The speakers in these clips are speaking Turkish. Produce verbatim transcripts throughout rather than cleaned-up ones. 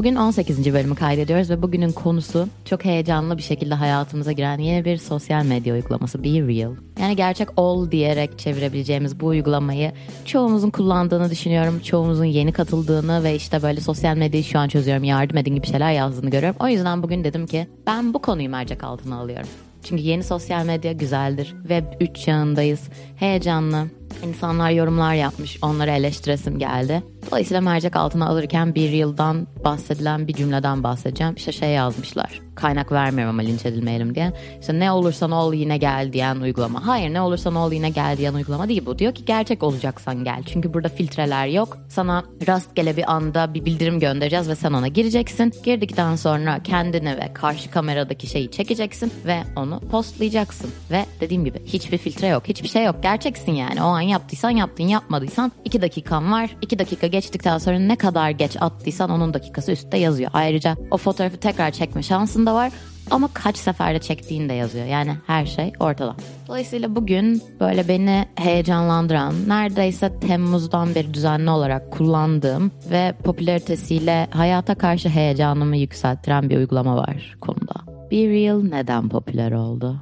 Bugün on sekizinci bölümü kaydediyoruz ve bugünün konusu çok heyecanlı bir şekilde hayatımıza giren yeni bir sosyal medya uygulaması Be Real. Yani gerçek ol diyerek çevirebileceğimiz bu uygulamayı çoğumuzun kullandığını düşünüyorum. Çoğumuzun yeni katıldığını ve işte böyle sosyal medyayı şu an çözüyorum, yardım edin gibi şeyler yazdığını görüyorum. O yüzden bugün dedim ki ben bu konuyu mercek altına alıyorum. Çünkü yeni sosyal medya güzeldir. Web üç çağındayız. Heyecanlı. İnsanlar yorumlar yapmış. Onları eleştiresim geldi. Dolayısıyla mercek altına alırken bir yıldan bahsedilen bir cümleden bahsedeceğim. İşte şey yazmışlar. Kaynak vermiyorum ama linç edilmeyelim diye. İşte ne olursan ol yine gel diyen uygulama. Hayır, ne olursan ol yine gel diyen uygulama değil bu. Diyor ki gerçek olacaksan gel. Çünkü burada filtreler yok. Sana rastgele bir anda bir bildirim göndereceğiz ve sen ona gireceksin. Girdikten sonra kendini ve karşı kameradaki şeyi çekeceksin ve onu postlayacaksın. Ve dediğim gibi hiçbir filtre yok. Hiçbir şey yok. Gerçeksin yani. O an yaptıysan yaptın, yapmadıysan iki dakikan var. iki dakika geçtikten sonra ne kadar geç attıysan onun dakikası üstte yazıyor. Ayrıca o fotoğrafı tekrar çekme şansın da var. Ama kaç seferde çektiğin de yazıyor. Yani her şey ortada. Dolayısıyla bugün böyle beni heyecanlandıran, neredeyse Temmuz'dan beri düzenli olarak kullandığım ve popülaritesiyle hayata karşı heyecanımı yükselttiren bir uygulama var konuda. Be Real neden popüler oldu?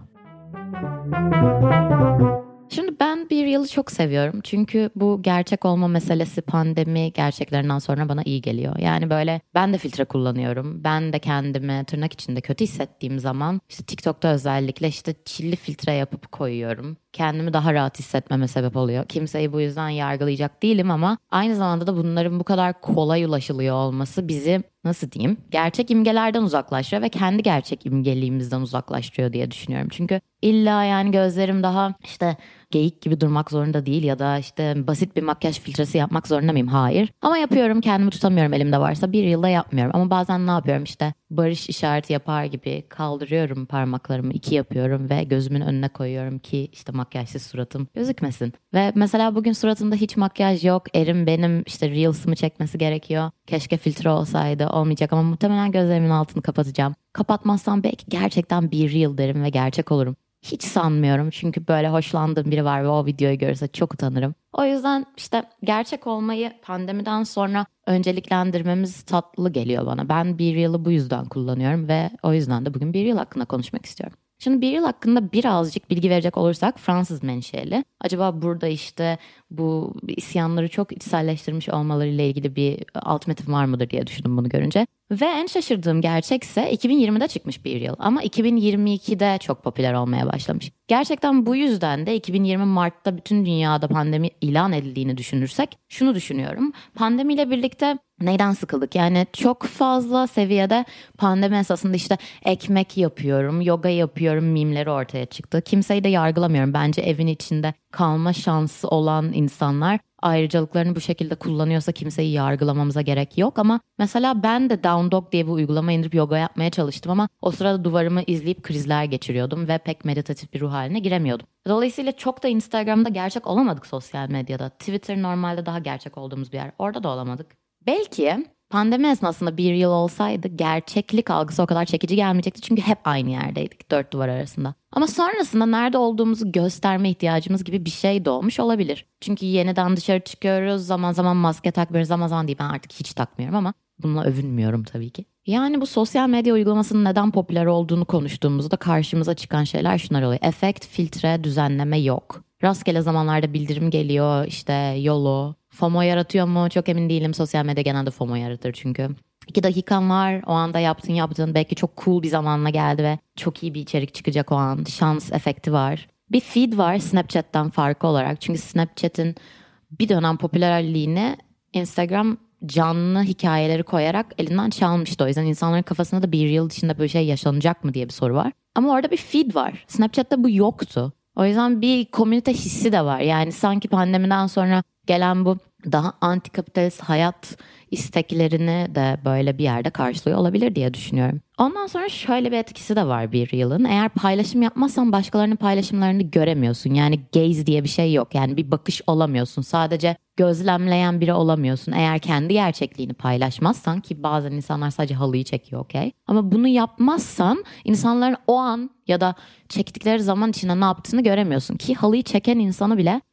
Şimdi ben Be Real'ı çok seviyorum. Çünkü bu gerçek olma meselesi pandemi gerçeklerinden sonra bana iyi geliyor. Yani böyle ben de filtre kullanıyorum. Ben de kendimi tırnak içinde kötü hissettiğim zaman işte TikTok'ta özellikle işte çilli filtre yapıp koyuyorum. Kendimi daha rahat hissetmeme sebep oluyor. Kimseyi bu yüzden yargılayacak değilim ama aynı zamanda da bunların bu kadar kolay ulaşılıyor olması bizi nasıl diyeyim gerçek imgelerden uzaklaştırıyor ve kendi gerçek imgeliğimizden uzaklaştırıyor diye düşünüyorum. Çünkü illa yani gözlerim daha işte geyik gibi durmak zorunda değil ya da işte basit bir makyaj filtresi yapmak zorunda mıyım? Hayır. Ama yapıyorum, kendimi tutamıyorum elimde varsa. Bir yılda yapmıyorum ama bazen ne yapıyorum işte barış işareti yapar gibi kaldırıyorum parmaklarımı, iki yapıyorum ve gözümün önüne koyuyorum ki işte makyajsız suratım gözükmesin. Ve mesela bugün suratımda hiç makyaj yok. Erim benim işte Reels'ımı çekmesi gerekiyor. Keşke filtre olsaydı, olmayacak ama muhtemelen gözlerimin altını kapatacağım. Kapatmazsam belki gerçekten Be Real derim ve gerçek olurum. Hiç sanmıyorum çünkü böyle hoşlandığım biri var ve o videoyu görürse çok utanırım. O yüzden işte gerçek olmayı pandemiden sonra önceliklendirmemiz tatlı geliyor bana. Ben Be Real'ı bu yüzden kullanıyorum ve o yüzden de bugün Be Real hakkında konuşmak istiyorum. Şimdi Be Real hakkında birazcık bilgi verecek olursak Fransız menşeli. Acaba burada işte bu isyanları çok içselleştirmiş olmalarıyla ilgili bir alt metin var mıdır diye düşündüm bunu görünce. Ve en şaşırdığım gerçekse iki bin yirmide çıkmış Be Real ama iki bin yirmi ikide çok popüler olmaya başlamış. Gerçekten bu yüzden de iki bin yirmi Mart'ta bütün dünyada pandemi ilan edildiğini düşünürsek şunu düşünüyorum. Pandemiyle birlikte neyden sıkıldık? Yani çok fazla seviyede pandemi esasında işte ekmek yapıyorum, yoga yapıyorum mimleri ortaya çıktı. Kimseyi de yargılamıyorum. Bence evin içinde kalma şansı olan insanlar ayrıcalıklarını bu şekilde kullanıyorsa kimseyi yargılamamıza gerek yok. Ama mesela ben de Down Dog diye bir uygulama indirip yoga yapmaya çalıştım ama o sırada duvarımı izleyip krizler geçiriyordum ve pek meditatif bir ruh haline giremiyordum. Dolayısıyla çok da Instagram'da gerçek olamadık sosyal medyada. Twitter normalde daha gerçek olduğumuz bir yer. Orada da olamadık. Belki pandemi esnasında Be Real olsaydı gerçeklik algısı o kadar çekici gelmeyecekti. Çünkü hep aynı yerdeydik dört duvar arasında. Ama sonrasında nerede olduğumuzu gösterme ihtiyacımız gibi bir şey doğmuş olabilir. Çünkü yeniden dışarı çıkıyoruz. Zaman zaman maske takmıyoruz. Zaman zaman değil, ben artık hiç takmıyorum ama bununla övünmüyorum tabii ki. Yani bu sosyal medya uygulamasının neden popüler olduğunu konuştuğumuzda karşımıza çıkan şeyler şunlar oluyor. Efekt, filtre, düzenleme yok. Rastgele zamanlarda bildirim geliyor, işte YOLO. FOMO yaratıyor mu? Çok emin değilim. Sosyal medya genelde FOMO yaratır çünkü. İki dakikan var. O anda yaptın yaptın. Belki çok cool bir zamanla geldi ve çok iyi bir içerik çıkacak o an. Şans efekti var. Bir feed var Snapchat'ten farkı olarak. Çünkü Snapchat'in bir dönem popülerliğini Instagram canlı hikayeleri koyarak elinden çalmıştı. O yüzden insanların kafasında da bir Reel dışında böyle şey yaşanacak mı diye bir soru var. Ama orada bir feed var. Snapchat'te bu yoktu. O yüzden bir komünite hissi de var. Yani sanki pandemiden sonra gelen bu daha antikapitalist hayat isteklerini de böyle bir yerde karşılıyor olabilir diye düşünüyorum. Ondan sonra şöyle bir etkisi de var bir Reel'ın. Eğer paylaşım yapmazsan başkalarının paylaşımlarını göremiyorsun. Yani gaze diye bir şey yok. Yani bir bakış olamıyorsun. Sadece gözlemleyen biri olamıyorsun. Eğer kendi gerçekliğini paylaşmazsan, ki bazen insanlar sadece halıyı çekiyor, okey. Ama bunu yapmazsan insanların o an ya da çektikleri zaman içinde ne yaptığını göremiyorsun. Ki halıyı çeken insanı bile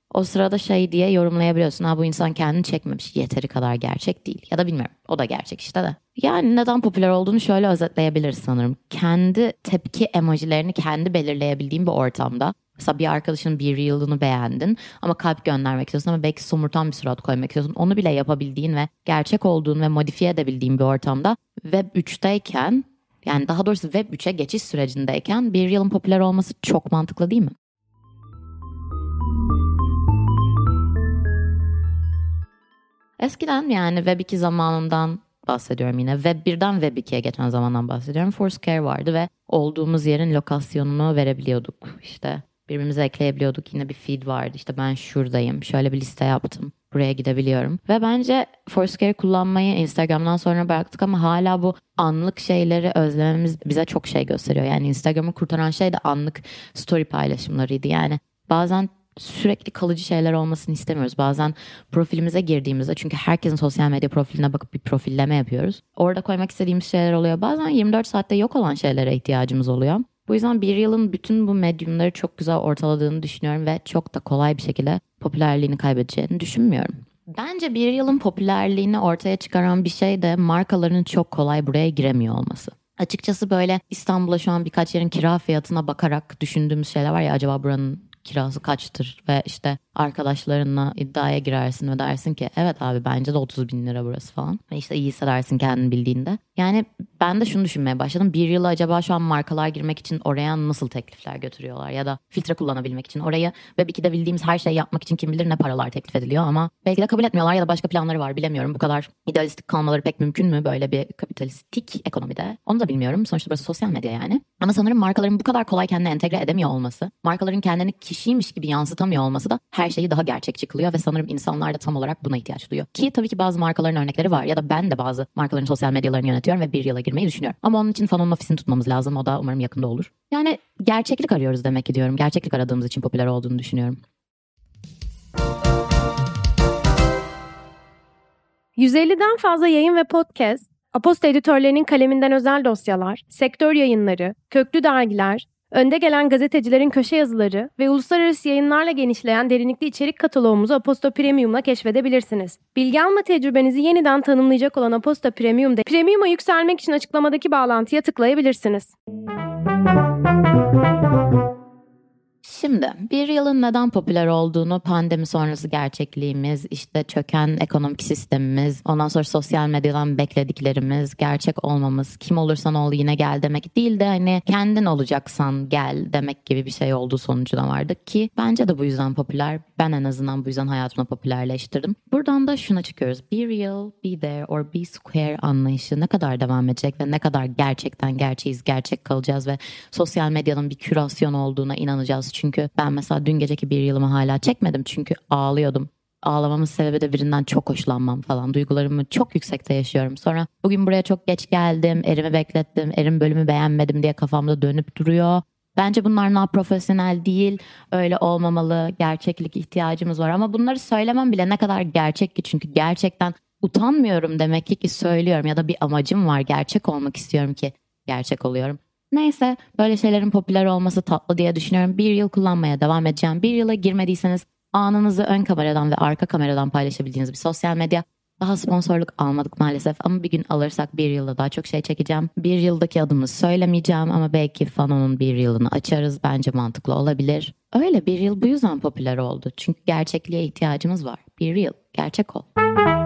O sırada şey diye yorumlayabiliyorsun. Ha bu insan kendini çekmemiş. Yeteri kadar gerçek değil. Ya da bilmiyorum. O da gerçek işte de. Yani neden popüler olduğunu şöyle özetleyebiliriz sanırım. Kendi tepki emojilerini kendi belirleyebildiğin bir ortamda. Mesela bir arkadaşının bir reel'ını beğendin ama kalp göndermek istiyorsun ama belki somurtan bir surat koymak istiyorsun. Onu bile yapabildiğin ve gerçek olduğun ve modifiye edebildiğin bir ortamda Web üçteyken, yani daha doğrusu Web üçe geçiş sürecindeyken bir reel'ın popüler olması çok mantıklı değil mi? Eskiden, yani Web iki zamanından bahsediyorum yine. Web birden Web ikiye geçen zamandan bahsediyorum. Foursquare vardı ve olduğumuz yerin lokasyonunu verebiliyorduk. İşte birbirimize ekleyebiliyorduk. Yine bir feed vardı. İşte ben şuradayım. Şöyle bir liste yaptım. Buraya gidebiliyorum. Ve bence Foursquare kullanmayı Instagram'dan sonra bıraktık ama hala bu anlık şeyleri özlememiz bize çok şey gösteriyor. Yani Instagram'ı kurtaran şey de anlık story paylaşımlarıydı. Yani bazen sürekli kalıcı şeyler olmasını istemiyoruz. Bazen profilimize girdiğimizde, çünkü herkesin sosyal medya profiline bakıp bir profilleme yapıyoruz. Orada koymak istediğimiz şeyler oluyor. Bazen yirmi dört saatte yok olan şeylere ihtiyacımız oluyor. Bu yüzden bir yılın bütün bu medyumları çok güzel ortaladığını düşünüyorum ve çok da kolay bir şekilde popülerliğini kaybedeceğini düşünmüyorum. Bence bir yılın popülerliğini ortaya çıkaran bir şey de markaların çok kolay buraya giremiyor olması. Açıkçası böyle İstanbul'a şu an birkaç yerin kira fiyatına bakarak düşündüğümüz şeyler var ya, acaba buranın kirası kaçtır ve işte arkadaşlarınla iddiaya girersin ve dersin ki evet abi bence de otuz bin lira burası falan. Ve işte iyi hissedersin kendini bildiğinde. Yani ben de şunu düşünmeye başladım. Bir yıla acaba şu an markalar girmek için oraya nasıl teklifler götürüyorlar? Ya da filtre kullanabilmek için orayı Web ikide bildiğimiz her şeyi yapmak için kim bilir ne paralar teklif ediliyor ama belki de kabul etmiyorlar ya da başka planları var, bilemiyorum. Bu kadar idealistik kalmaları pek mümkün mü böyle bir kapitalistik ekonomide? Onu da bilmiyorum. Sonuçta burası sosyal medya yani. Ama sanırım markaların bu kadar kolay kendini entegre edemiyor olması, markaların kendini kişiymiş gibi yansıtamıyor olması da her şeyi daha gerçekçi kılıyor ve sanırım insanlar da tam olarak buna ihtiyaç duyuyor. Ki tabii ki bazı markaların örnekleri var ya da ben de bazı markaların sosyal medyalarını yönetiyorum ve bir yıla girmeyi düşünüyorum. Ama onun için Fanon'un ofisini tutmamız lazım. O da umarım yakında olur. Yani gerçeklik arıyoruz demek ki diyorum. Gerçeklik aradığımız için popüler olduğunu düşünüyorum. yüz elliden fazla yayın ve podcast, Aposto editörlerinin kaleminden özel dosyalar, sektör yayınları, köklü dergiler, önde gelen gazetecilerin köşe yazıları ve uluslararası yayınlarla genişleyen derinlikli içerik kataloğumuzu Aposto Premium'la keşfedebilirsiniz. Bilgi alma tecrübenizi yeniden tanımlayacak olan Aposto Premium'da Premium'a yükselmek için açıklamadaki bağlantıya tıklayabilirsiniz. Şimdi bir yılın neden popüler olduğunu, pandemi sonrası gerçekliğimiz, işte çöken ekonomik sistemimiz, ondan sonra sosyal medyadan beklediklerimiz, gerçek olmamız, kim olursan ol yine gel demek değil de hani kendin olacaksan gel demek gibi bir şey olduğu sonucuna vardık ki bence de bu yüzden popüler. Ben en azından bu yüzden hayatımda popülerleştirdim. Buradan da şuna çıkıyoruz. Be real, be there or be square anlayışı ne kadar devam edecek ve ne kadar gerçekten gerçeğiz, gerçek kalacağız ve sosyal medyanın bir kürasyon olduğuna inanacağız. Çünkü ben mesela dün geceki bir yılımı hala çekmedim çünkü ağlıyordum. Ağlamamın sebebi de birinden çok hoşlanmam falan. Duygularımı çok yüksekte yaşıyorum. Sonra bugün buraya çok geç geldim, Erim'i beklettim, Erim bölümü beğenmedim diye kafamda dönüp duruyor. Bence bunlar daha profesyonel değil, öyle olmamalı, gerçeklik ihtiyacımız var. Ama bunları söylemem bile ne kadar gerçek ki, çünkü gerçekten utanmıyorum demek ki ki söylüyorum ya da bir amacım var, gerçek olmak istiyorum ki gerçek oluyorum. Neyse, böyle şeylerin popüler olması tatlı diye düşünüyorum. Bir yıl kullanmaya devam edeceğim. Bir yıla girmediyseniz anınızı ön kameradan ve arka kameradan paylaşabildiğiniz bir sosyal medya. Daha sponsorluk almadık maalesef ama bir gün alırsak bir yılda daha çok şey çekeceğim. Bir yıldaki adımı söylemeyeceğim ama belki Fanon'un bir yılını açarız. Bence mantıklı olabilir. Öyle, bir yıl bu yüzden popüler oldu. Çünkü gerçekliğe ihtiyacımız var. Bir yıl, gerçek ol.